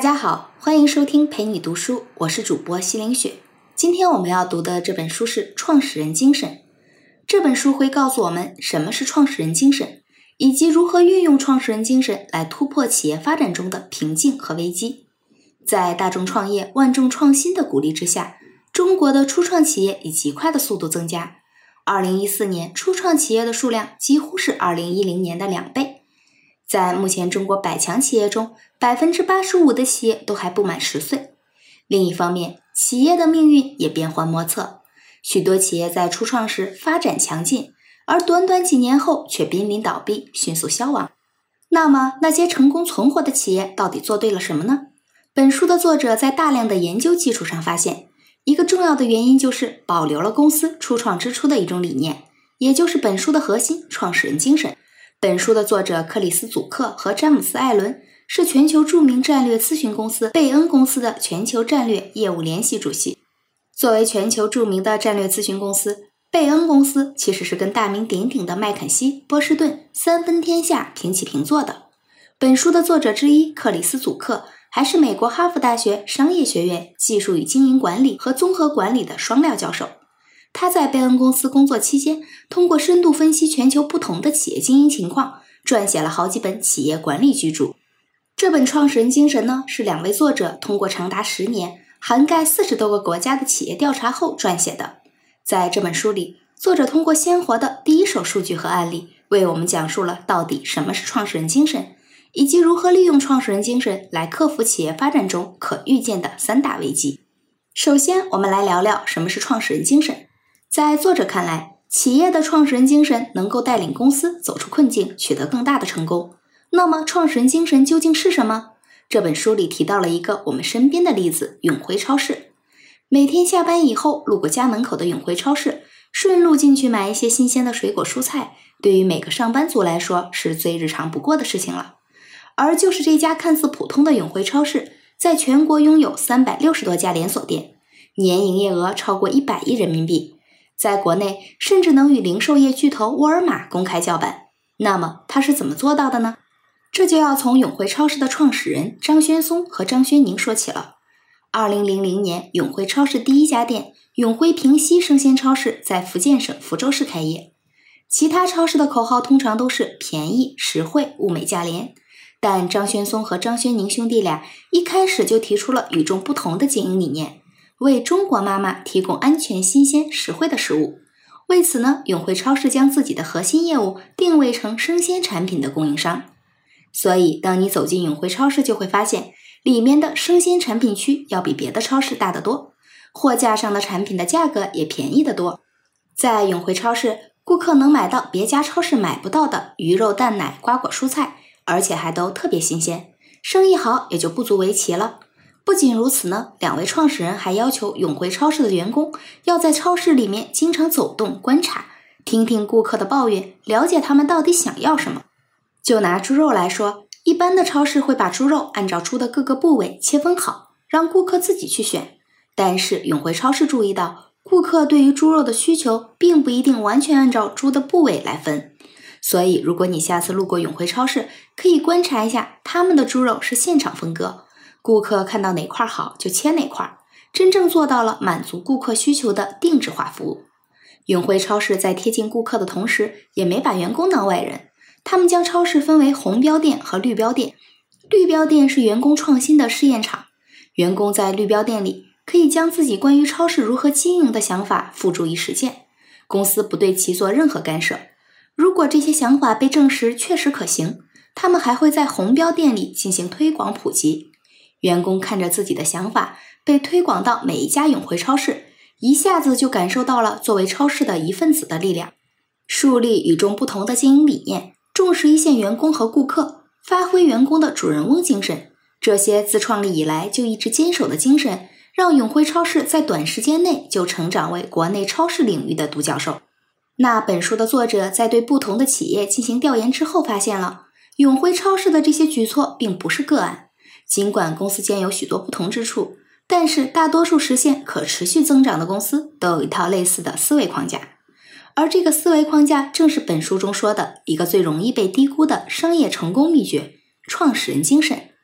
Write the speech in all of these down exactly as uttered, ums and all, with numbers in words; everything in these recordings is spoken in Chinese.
家好，欢迎收听陪你读书，我是主播西凌雪。今天我们要读的这本书是《创始人精神》。这本书会告诉我们什么是创始人精神，以及如何运用创始人精神来突破企业发展中的瓶颈和危机。在大众创业、万众创新的鼓励之下，中国的初创企业以极快的速度增加。二零一四年，初创企业的数量几乎是二零一零年的两倍。在目前中国百强企业中， 百分之八十五 的企业都还不满十岁。另一方面，企业的命运也变幻莫测，许多企业在初创时发展强劲，而短短几年后却濒临倒闭，迅速消亡。那么那些成功存活的企业到底做对了什么呢？本书的作者在大量的研究基础上发现，一个重要的原因就是保留了公司初创之初的一种理念，也就是本书的核心——创始人精神。本书的作者克里斯·祖克和詹姆斯·艾伦是全球著名战略咨询公司贝恩公司的全球战略业务联席主席。作为全球著名的战略咨询公司，贝恩公司其实是跟大名鼎鼎的麦肯锡、波士顿、三分天下平起平坐的。本书的作者之一克里斯·祖克还是美国哈佛大学商业学院技术与经营管理和综合管理的双料教授。他在贝恩公司工作期间，通过深度分析全球不同的企业经营情况，撰写了好几本企业管理巨著。这本《创始人精神》呢，是两位作者通过长达十年、涵盖四十多个国家的企业调查后撰写的。在这本书里，作者通过鲜活的第一手数据和案例，为我们讲述了到底什么是创始人精神，以及如何利用创始人精神来克服企业发展中可预见的三大危机。首先，我们来聊聊什么是创始人精神。在作者看来，企业的创始人精神能够带领公司走出困境，取得更大的成功。那么创始人精神究竟是什么？这本书里提到了一个我们身边的例子——永辉超市。每天下班以后，路过家门口的永辉超市，顺路进去买一些新鲜的水果蔬菜，对于每个上班族来说是最日常不过的事情了。而就是这家看似普通的永辉超市，在全国拥有三百六十多家连锁店，年营业额超过一百亿人民币。在国内甚至能与零售业巨头沃尔玛公开叫板。那么他是怎么做到的呢？这就要从永辉超市的创始人张轩松和张轩宁说起了。二零零零年，永辉超市第一家店永辉平西生鲜超市在福建省福州市开业。其他超市的口号通常都是便宜、实惠、物美价廉，但张轩松和张轩宁兄弟俩一开始就提出了与众不同的经营理念，为中国妈妈提供安全、新鲜、实惠的食物。为此呢，永辉超市将自己的核心业务定位成生鲜产品的供应商。所以当你走进永辉超市，就会发现里面的生鲜产品区要比别的超市大得多，货架上的产品的价格也便宜得多。在永辉超市，顾客能买到别家超市买不到的鱼肉、蛋奶、瓜果、蔬菜，而且还都特别新鲜，生意好也就不足为奇了。不仅如此呢，两位创始人还要求永辉超市的员工要在超市里面经常走动观察，听听顾客的抱怨，了解他们到底想要什么。就拿猪肉来说，一般的超市会把猪肉按照猪的各个部位切分好，让顾客自己去选。但是永辉超市注意到，顾客对于猪肉的需求并不一定完全按照猪的部位来分。所以如果你下次路过永辉超市，可以观察一下他们的猪肉是现场分割，顾客看到哪块好就切哪块，真正做到了满足顾客需求的定制化服务。永辉超市在贴近顾客的同时，也没把员工当外人，他们将超市分为红标店和绿标店。绿标店是员工创新的试验场，员工在绿标店里可以将自己关于超市如何经营的想法付诸于实践，公司不对其做任何干涉。如果这些想法被证实确实可行，他们还会在红标店里进行推广普及。员工看着自己的想法被推广到每一家永辉超市，一下子就感受到了作为超市的一份子的力量。树立与众不同的经营理念，重视一线员工和顾客，发挥员工的主人翁精神，这些自创立以来就一直坚守的精神，让永辉超市在短时间内就成长为国内超市领域的独角兽。那本书的作者在对不同的企业进行调研之后，发现了永辉超市的这些举措并不是个案。尽管公司间有许多不同之处，但是大多数实现可持续增长的公司都有一套类似的思维框架。而这个思维框架正是本书中说的一个最容易被低估的商业成功秘诀——创始人精神。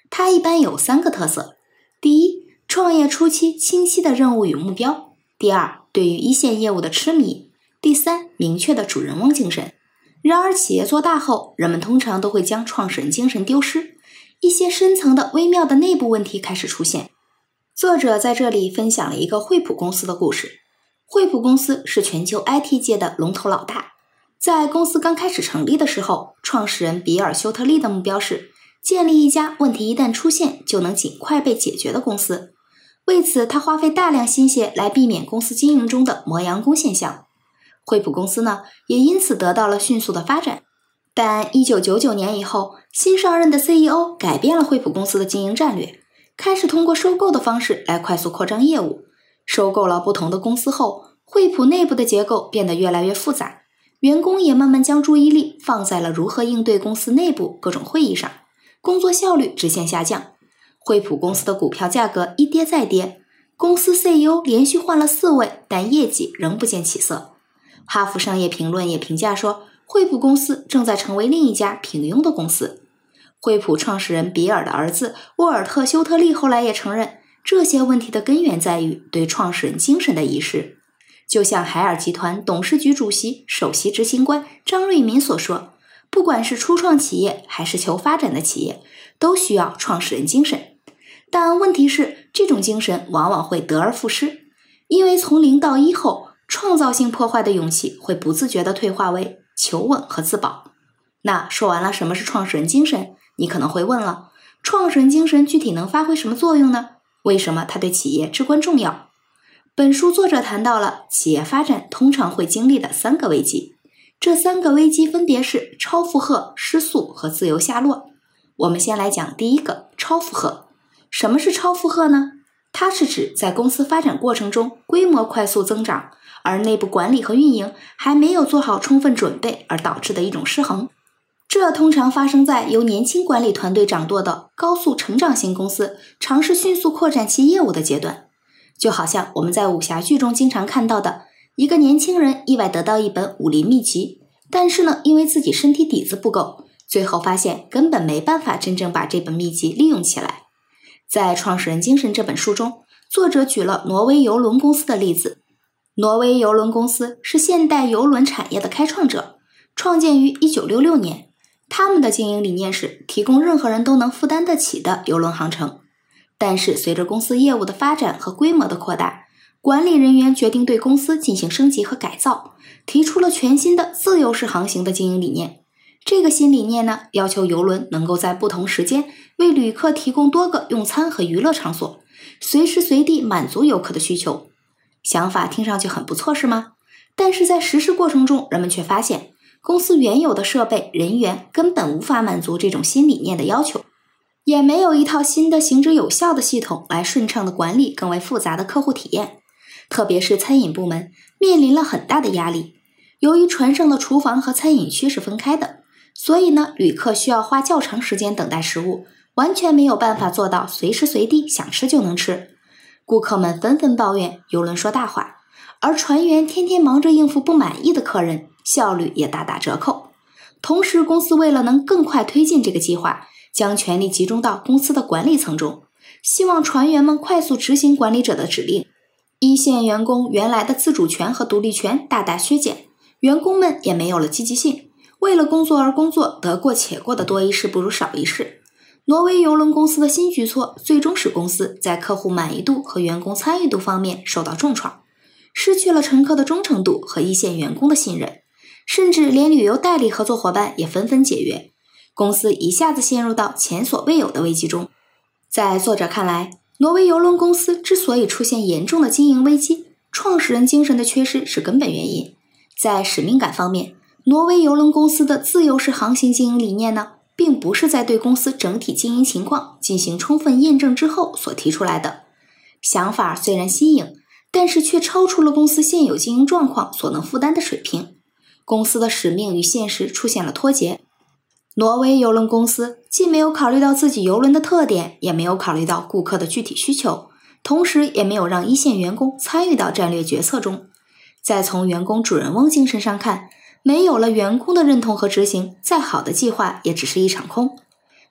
它一般有三个特色：第一，创业初期清晰的任务与目标；第二，对于一线业务的痴迷；第三，明确的主人翁精神。然而企业做大后，人们通常都会将创始人精神丢失，一些深层的微妙的内部问题开始出现。作者在这里分享了一个惠普公司的故事。惠普公司是全球 I T 界的龙头老大，在公司刚开始成立的时候，创始人比尔·休特利的目标是建立一家问题一旦出现就能尽快被解决的公司。为此，他花费大量心血来避免公司经营中的磨洋工现象。惠普公司呢，也因此得到了迅速的发展。但一九九九年以后，新上任的 C E O 改变了惠普公司的经营战略，开始通过收购的方式来快速扩张业务。收购了不同的公司后，惠普内部的结构变得越来越复杂，员工也慢慢将注意力放在了如何应对公司内部各种会议上，工作效率直线下降。惠普公司的股票价格一跌再跌，公司 C E O 连续换了四位，但业绩仍不见起色。哈佛商业评论也评价说，惠普公司正在成为另一家平庸的公司。惠普创始人比尔的儿子沃尔特·休特利后来也承认，这些问题的根源在于对创始人精神的遗失。就像海尔集团董事局主席、首席执行官张瑞敏所说，不管是初创企业还是求发展的企业，都需要创始人精神。但问题是，这种精神往往会得而复失，因为从零到一后，创造性破坏的勇气会不自觉地退化为求稳和自保。那说完了什么是创始人精神，你可能会问了，创始人精神具体能发挥什么作用呢？为什么它对企业至关重要？本书作者谈到了企业发展通常会经历的三个危机，这三个危机分别是超负荷、失速和自由下落。我们先来讲第一个，超负荷。什么是超负荷呢？它是指在公司发展过程中规模快速增长，而内部管理和运营还没有做好充分准备而导致的一种失衡。这通常发生在由年轻管理团队掌舵的高速成长型公司尝试迅速扩展其业务的阶段。就好像我们在武侠剧中经常看到的，一个年轻人意外得到一本武林秘籍，但是呢，因为自己身体底子不够，最后发现根本没办法真正把这本秘籍利用起来。在《创始人精神》这本书中，作者举了挪威邮轮公司的例子。挪威邮轮公司是现代邮轮产业的开创者，创建于一九六六年。他们的经营理念是提供任何人都能负担得起的邮轮航程。但是随着公司业务的发展和规模的扩大，管理人员决定对公司进行升级和改造，提出了全新的自由式航行的经营理念。这个新理念呢，要求邮轮能够在不同时间为旅客提供多个用餐和娱乐场所，随时随地满足游客的需求。想法听上去很不错，是吗？但是在实施过程中，人们却发现，公司原有的设备、人员根本无法满足这种新理念的要求，也没有一套新的行之有效的系统来顺畅的管理更为复杂的客户体验。特别是餐饮部门面临了很大的压力，由于船上的厨房和餐饮区是分开的，所以呢，旅客需要花较长时间等待食物，完全没有办法做到随时随地想吃就能吃。顾客们纷纷抱怨邮轮说大话，而船员天天忙着应付不满意的客人，效率也大打折扣。同时，公司为了能更快推进这个计划，将权力集中到公司的管理层中，希望船员们快速执行管理者的指令。一线员工原来的自主权和独立权大大削减，员工们也没有了积极性，为了工作而工作，得过且过的多一事不如少一事。挪威邮轮公司的新举措最终使公司在客户满意度和员工参与度方面受到重创，失去了乘客的忠诚度和一线员工的信任，甚至连旅游代理合作伙伴也纷纷解约，公司一下子陷入到前所未有的危机中。在作者看来，挪威邮轮公司之所以出现严重的经营危机，创始人精神的缺失是根本原因。在使命感方面，挪威邮轮公司的自由式航行经营理念呢，并不是在对公司整体经营情况进行充分验证之后所提出来的。想法虽然新颖，但是却超出了公司现有经营状况所能负担的水平。公司的使命与现实出现了脱节。挪威邮轮公司既没有考虑到自己邮轮的特点，也没有考虑到顾客的具体需求，同时也没有让一线员工参与到战略决策中。再从员工主人翁精神上看，没有了员工的认同和执行，再好的计划也只是一场空。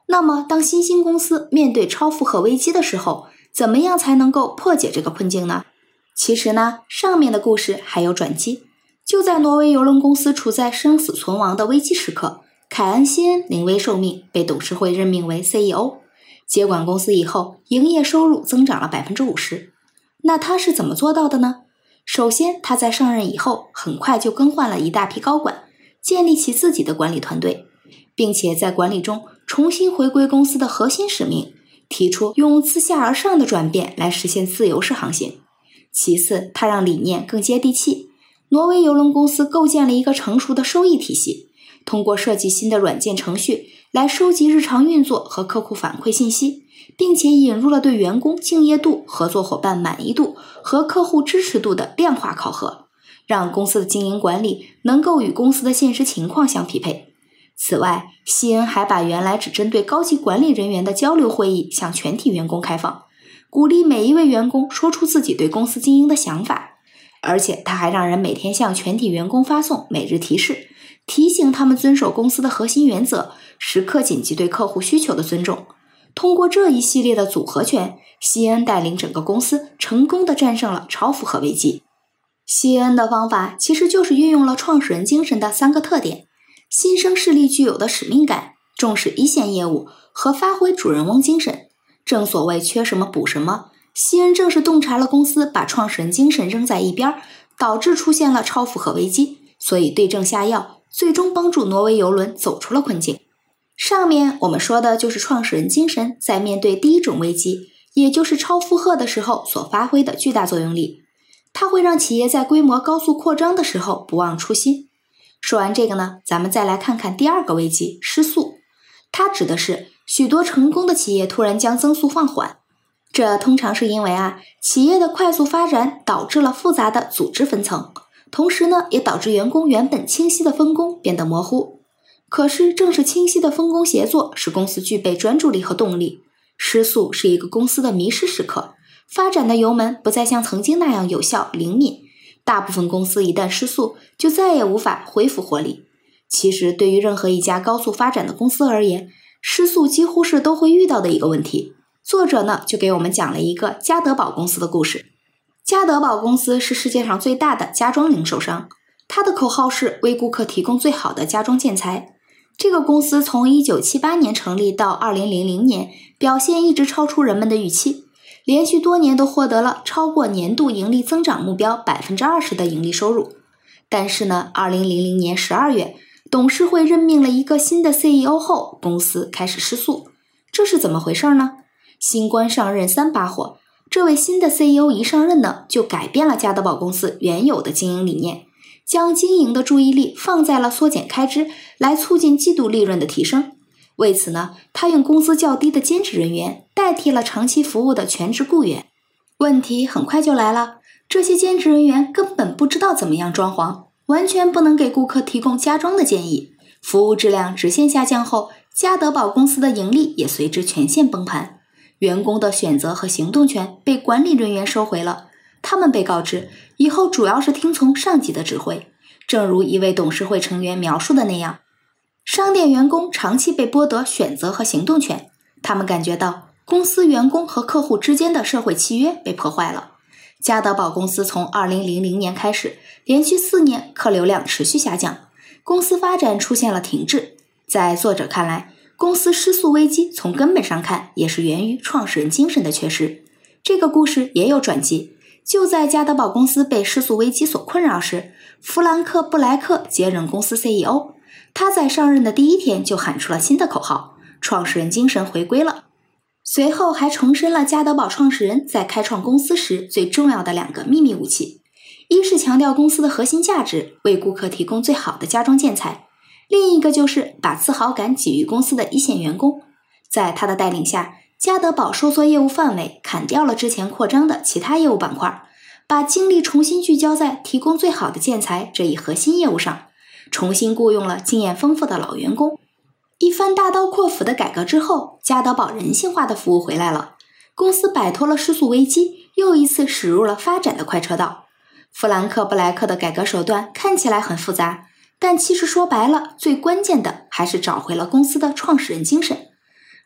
那么当新兴公司面对超负荷危机的时候，怎么样才能够破解这个困境呢？其实呢，上面的故事还有转机。就在挪威邮轮公司处在生死存亡的危机时刻，凯恩·希恩临危受命，被董事会任命为 C E O， 接管公司以后，营业收入增长了 百分之五十。 那他是怎么做到的呢？首先，他在上任以后很快就更换了一大批高管，建立起自己的管理团队，并且在管理中重新回归公司的核心使命，提出用自下而上的转变来实现自由式航行。其次，他让理念更接地气。挪威邮轮公司构建了一个成熟的收益体系，通过设计新的软件程序来收集日常运作和客户反馈信息，并且引入了对员工敬业度、合作伙伴满意度和客户支持度的量化考核，让公司的经营管理能够与公司的现实情况相匹配。此外，希恩还把原来只针对高级管理人员的交流会议向全体员工开放，鼓励每一位员工说出自己对公司经营的想法。而且他还让人每天向全体员工发送每日提示，提醒他们遵守公司的核心原则，时刻谨记对客户需求的尊重。通过这一系列的组合拳，希恩带领整个公司成功地战胜了超负荷危机。希恩的方法其实就是运用了创始人精神的三个特点：新生势力具有的使命感、重视一线业务和发挥主人翁精神。正所谓缺什么补什么，希恩正是洞察了公司把创始人精神扔在一边，导致出现了超负荷危机，所以对症下药，最终帮助挪威邮轮走出了困境。上面我们说的就是创始人精神在面对第一种危机，也就是超负荷的时候所发挥的巨大作用力。它会让企业在规模高速扩张的时候不忘初心。说完这个呢，咱们再来看看第二个危机，失速。它指的是许多成功的企业突然将增速放缓，这通常是因为啊，企业的快速发展导致了复杂的组织分层，同时呢，也导致员工原本清晰的分工变得模糊。可是正是清晰的分工协作，使公司具备专注力和动力。失速是一个公司的迷失时刻，发展的油门不再像曾经那样有效灵敏。大部分公司一旦失速，就再也无法恢复活力。其实对于任何一家高速发展的公司而言，失速几乎是都会遇到的一个问题。作者呢，就给我们讲了一个家得宝公司的故事。家得宝公司是世界上最大的家装零售商，它的口号是为顾客提供最好的家装建材。这个公司从一九七八年成立到二零零零年，表现一直超出人们的预期，连续多年都获得了超过年度盈利增长目标 百分之二十 的盈利收入。但是呢，二零零零年十二月，董事会任命了一个新的 C E O 后，公司开始失速。这是怎么回事呢？新官上任三把火，这位新的 C E O 一上任呢，就改变了家得宝公司原有的经营理念，将经营的注意力放在了缩减开支，来促进季度利润的提升。为此呢，他用工资较低的兼职人员代替了长期服务的全职雇员。问题很快就来了，这些兼职人员根本不知道怎么样装潢，完全不能给顾客提供家装的建议，服务质量直线下降后，家得宝公司的盈利也随之全线崩盘。员工的选择和行动权被管理人员收回了，他们被告知以后主要是听从上级的指挥。正如一位董事会成员描述的那样，商店员工长期被剥夺选择和行动权，他们感觉到公司员工和客户之间的社会契约被破坏了。家得宝公司从二零零零年开始，连续四年客流量持续下降，公司发展出现了停滞。在作者看来，公司失速危机从根本上看也是源于创始人精神的缺失。这个故事也有转机，就在家得宝公司被失速危机所困扰时，弗兰克·布莱克接任公司 C E O。 他在上任的第一天就喊出了新的口号，创始人精神回归了。随后还重申了家得宝创始人在开创公司时最重要的两个秘密武器，一是强调公司的核心价值，为顾客提供最好的家装建材，另一个就是把自豪感给予公司的一线员工。在他的带领下，家得宝收缩业务范围，砍掉了之前扩张的其他业务板块，把精力重新聚焦在提供最好的建材这一核心业务上，重新雇佣了经验丰富的老员工。一番大刀阔斧的改革之后，家得宝人性化的服务回来了，公司摆脱了失速危机，又一次驶入了发展的快车道。弗兰克·布莱克的改革手段看起来很复杂，但其实说白了，最关键的还是找回了公司的创始人精神。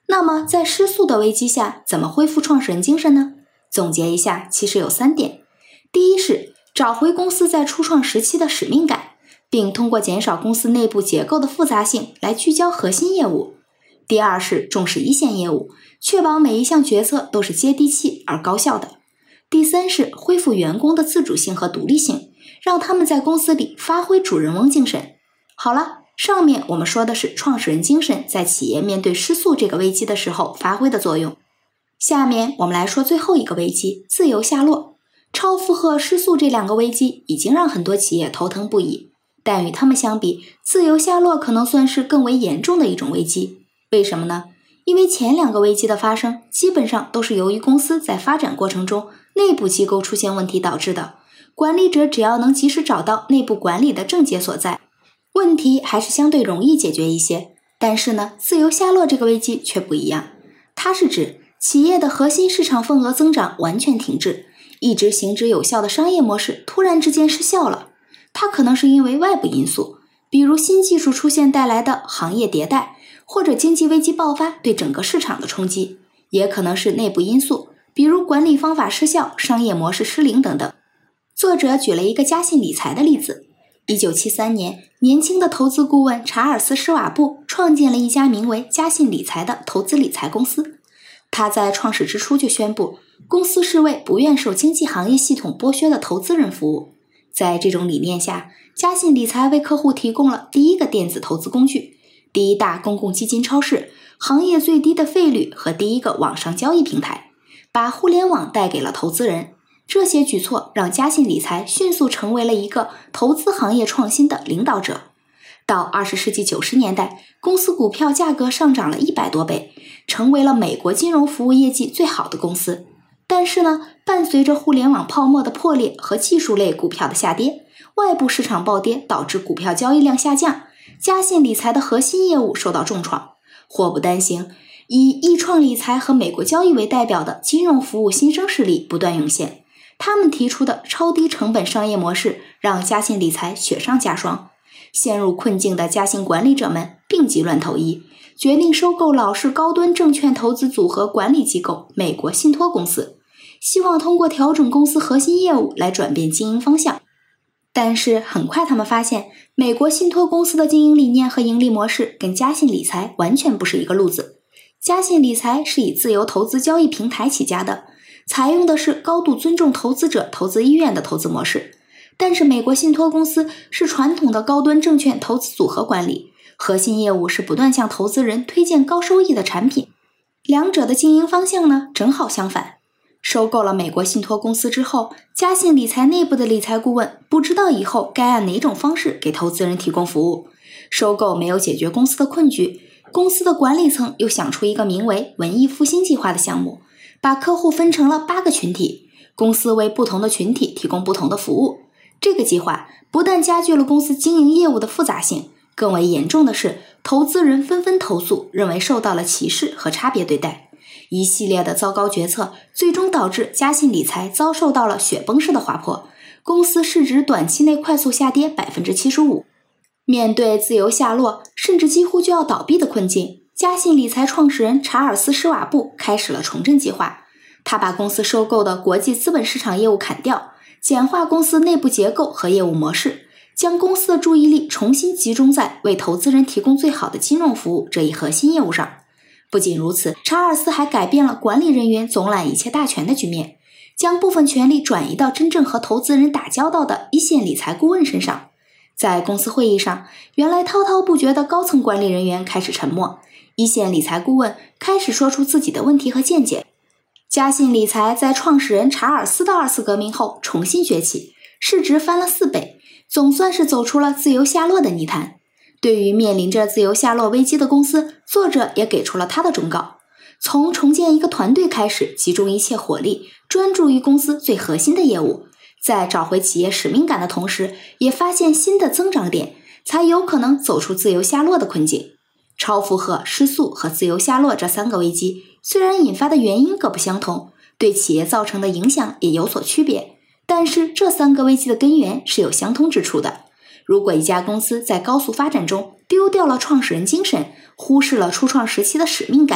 那么在失速的危机下，怎么恢复创始人精神呢？总结一下，其实有三点。第一是找回公司在初创时期的使命感，并通过减少公司内部结构的复杂性来聚焦核心业务。第二是重视一线业务，确保每一项决策都是接地气而高效的。第三是恢复员工的自主性和独立性，让他们在公司里发挥主人翁精神。好了，上面我们说的是创始人精神在企业面对失速这个危机的时候发挥的作用。下面我们来说最后一个危机，自由下落。超负荷、失速这两个危机已经让很多企业头疼不已，但与它们相比，自由下落可能算是更为严重的一种危机。为什么呢？因为前两个危机的发生基本上都是由于公司在发展过程中内部机构出现问题导致的，管理者只要能及时找到内部管理的症结所在，问题还是相对容易解决一些。但是呢，自由下落这个危机却不一样，它是指企业的核心市场份额增长完全停滞，一直行之有效的商业模式突然之间失效了。它可能是因为外部因素，比如新技术出现带来的行业迭代，或者经济危机爆发对整个市场的冲击，也可能是内部因素，比如管理方法失效、商业模式失灵等等。作者举了一个嘉信理财的例子。一九七三年，年轻的投资顾问查尔斯·施瓦布创建了一家名为嘉信理财的投资理财公司。他在创始之初就宣布，公司是为不愿受经济行业系统剥削的投资人服务。在这种理念下，嘉信理财为客户提供了第一个电子投资工具、第一大公共基金超市、行业最低的费率和第一个网上交易平台，把互联网带给了投资人。这些举措让嘉信理财迅速成为了一个投资行业创新的领导者。到二十世纪九十年代，公司股票价格上涨了一百多倍，成为了美国金融服务业绩最好的公司。但是呢，伴随着互联网泡沫的破裂和技术类股票的下跌，外部市场暴跌导致股票交易量下降，嘉信理财的核心业务受到重创。祸不单行，以易创理财和美国交易为代表的金融服务新生势力不断涌现。他们提出的超低成本商业模式让嘉信理财雪上加霜。陷入困境的嘉信管理者们病急乱投医，决定收购老式高端证券投资组合管理机构美国信托公司，希望通过调整公司核心业务来转变经营方向。但是很快他们发现，美国信托公司的经营理念和盈利模式跟嘉信理财完全不是一个路子。嘉信理财是以自由投资交易平台起家的，采用的是高度尊重投资者投资意愿的投资模式。但是美国信托公司是传统的高端证券投资组合管理，核心业务是不断向投资人推荐高收益的产品。两者的经营方向呢，正好相反。收购了美国信托公司之后，嘉信理财内部的理财顾问不知道以后该按哪种方式给投资人提供服务。收购没有解决公司的困局，公司的管理层又想出一个名为文艺复兴计划的项目，把客户分成了八个群体，公司为不同的群体提供不同的服务。这个计划不但加剧了公司经营业务的复杂性，更为严重的是，投资人纷纷投诉，认为受到了歧视和差别对待。一系列的糟糕决策最终导致嘉信理财遭受到了雪崩式的滑坡，公司市值短期内快速下跌 百分之七十五。 面对自由下落甚至几乎就要倒闭的困境，嘉信理财创始人查尔斯·施瓦布开始了重振计划。他把公司收购的国际资本市场业务砍掉，简化公司内部结构和业务模式，将公司的注意力重新集中在为投资人提供最好的金融服务这一核心业务上。不仅如此，查尔斯还改变了管理人员总揽一切大权的局面，将部分权力转移到真正和投资人打交道的一线理财顾问身上。在公司会议上，原来滔滔不绝的高层管理人员开始沉默，一线理财顾问开始说出自己的问题和见解。嘉信理财在创始人查尔斯的二次革命后重新崛起，市值翻了四倍，总算是走出了自由下落的泥潭。对于面临着自由下落危机的公司，作者也给出了他的忠告：从重建一个团队开始，集中一切火力，专注于公司最核心的业务，在找回企业使命感的同时，也发现新的增长点，才有可能走出自由下落的困境。超负荷、失速和自由下落这三个危机，虽然引发的原因各不相同，对企业造成的影响也有所区别，但是这三个危机的根源是有相通之处的。如果一家公司在高速发展中丢掉了创始人精神，忽视了初创时期的使命感，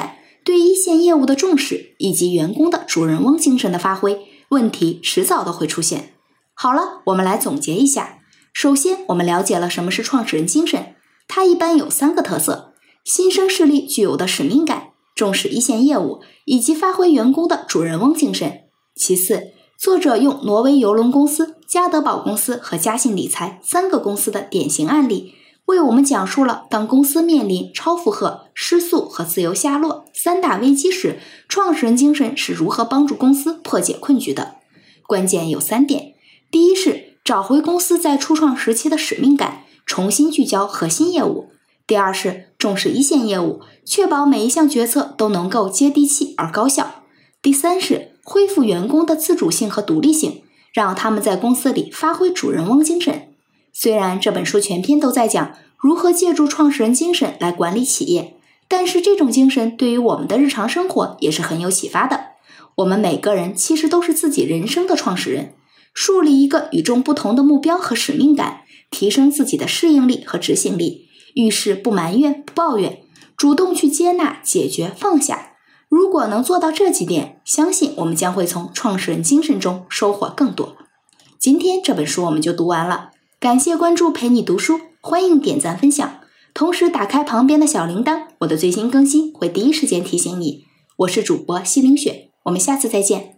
对一线业务的重视以及员工的主人翁精神的发挥，问题迟早都会出现。好了，我们来总结一下。首先，我们了解了什么是创始人精神，它一般有三个特色：新生势力具有的使命感，重视一线业务，以及发挥员工的主人翁精神。其次，作者用挪威邮轮公司、加德堡公司和嘉信理财三个公司的典型案例，为我们讲述了当公司面临超负荷、失速和自由下落三大危机时，创始人精神是如何帮助公司破解困局的。关键有三点：第一是找回公司在初创时期的使命感，重新聚焦核心业务；第二是重视一线业务，确保每一项决策都能够接地气而高效；第三是恢复员工的自主性和独立性，让他们在公司里发挥主人翁精神。虽然这本书全篇都在讲如何借助创始人精神来管理企业，但是这种精神对于我们的日常生活也是很有启发的。我们每个人其实都是自己人生的创始人，树立一个与众不同的目标和使命感，提升自己的适应力和执行力，遇事不埋怨不抱怨，主动去接纳解决放下。如果能做到这几点，相信我们将会从创始人精神中收获更多。今天这本书我们就读完了，感谢关注陪你读书，欢迎点赞分享，同时打开旁边的小铃铛，我的最新更新会第一时间提醒你。我是主播西凌雪，我们下次再见。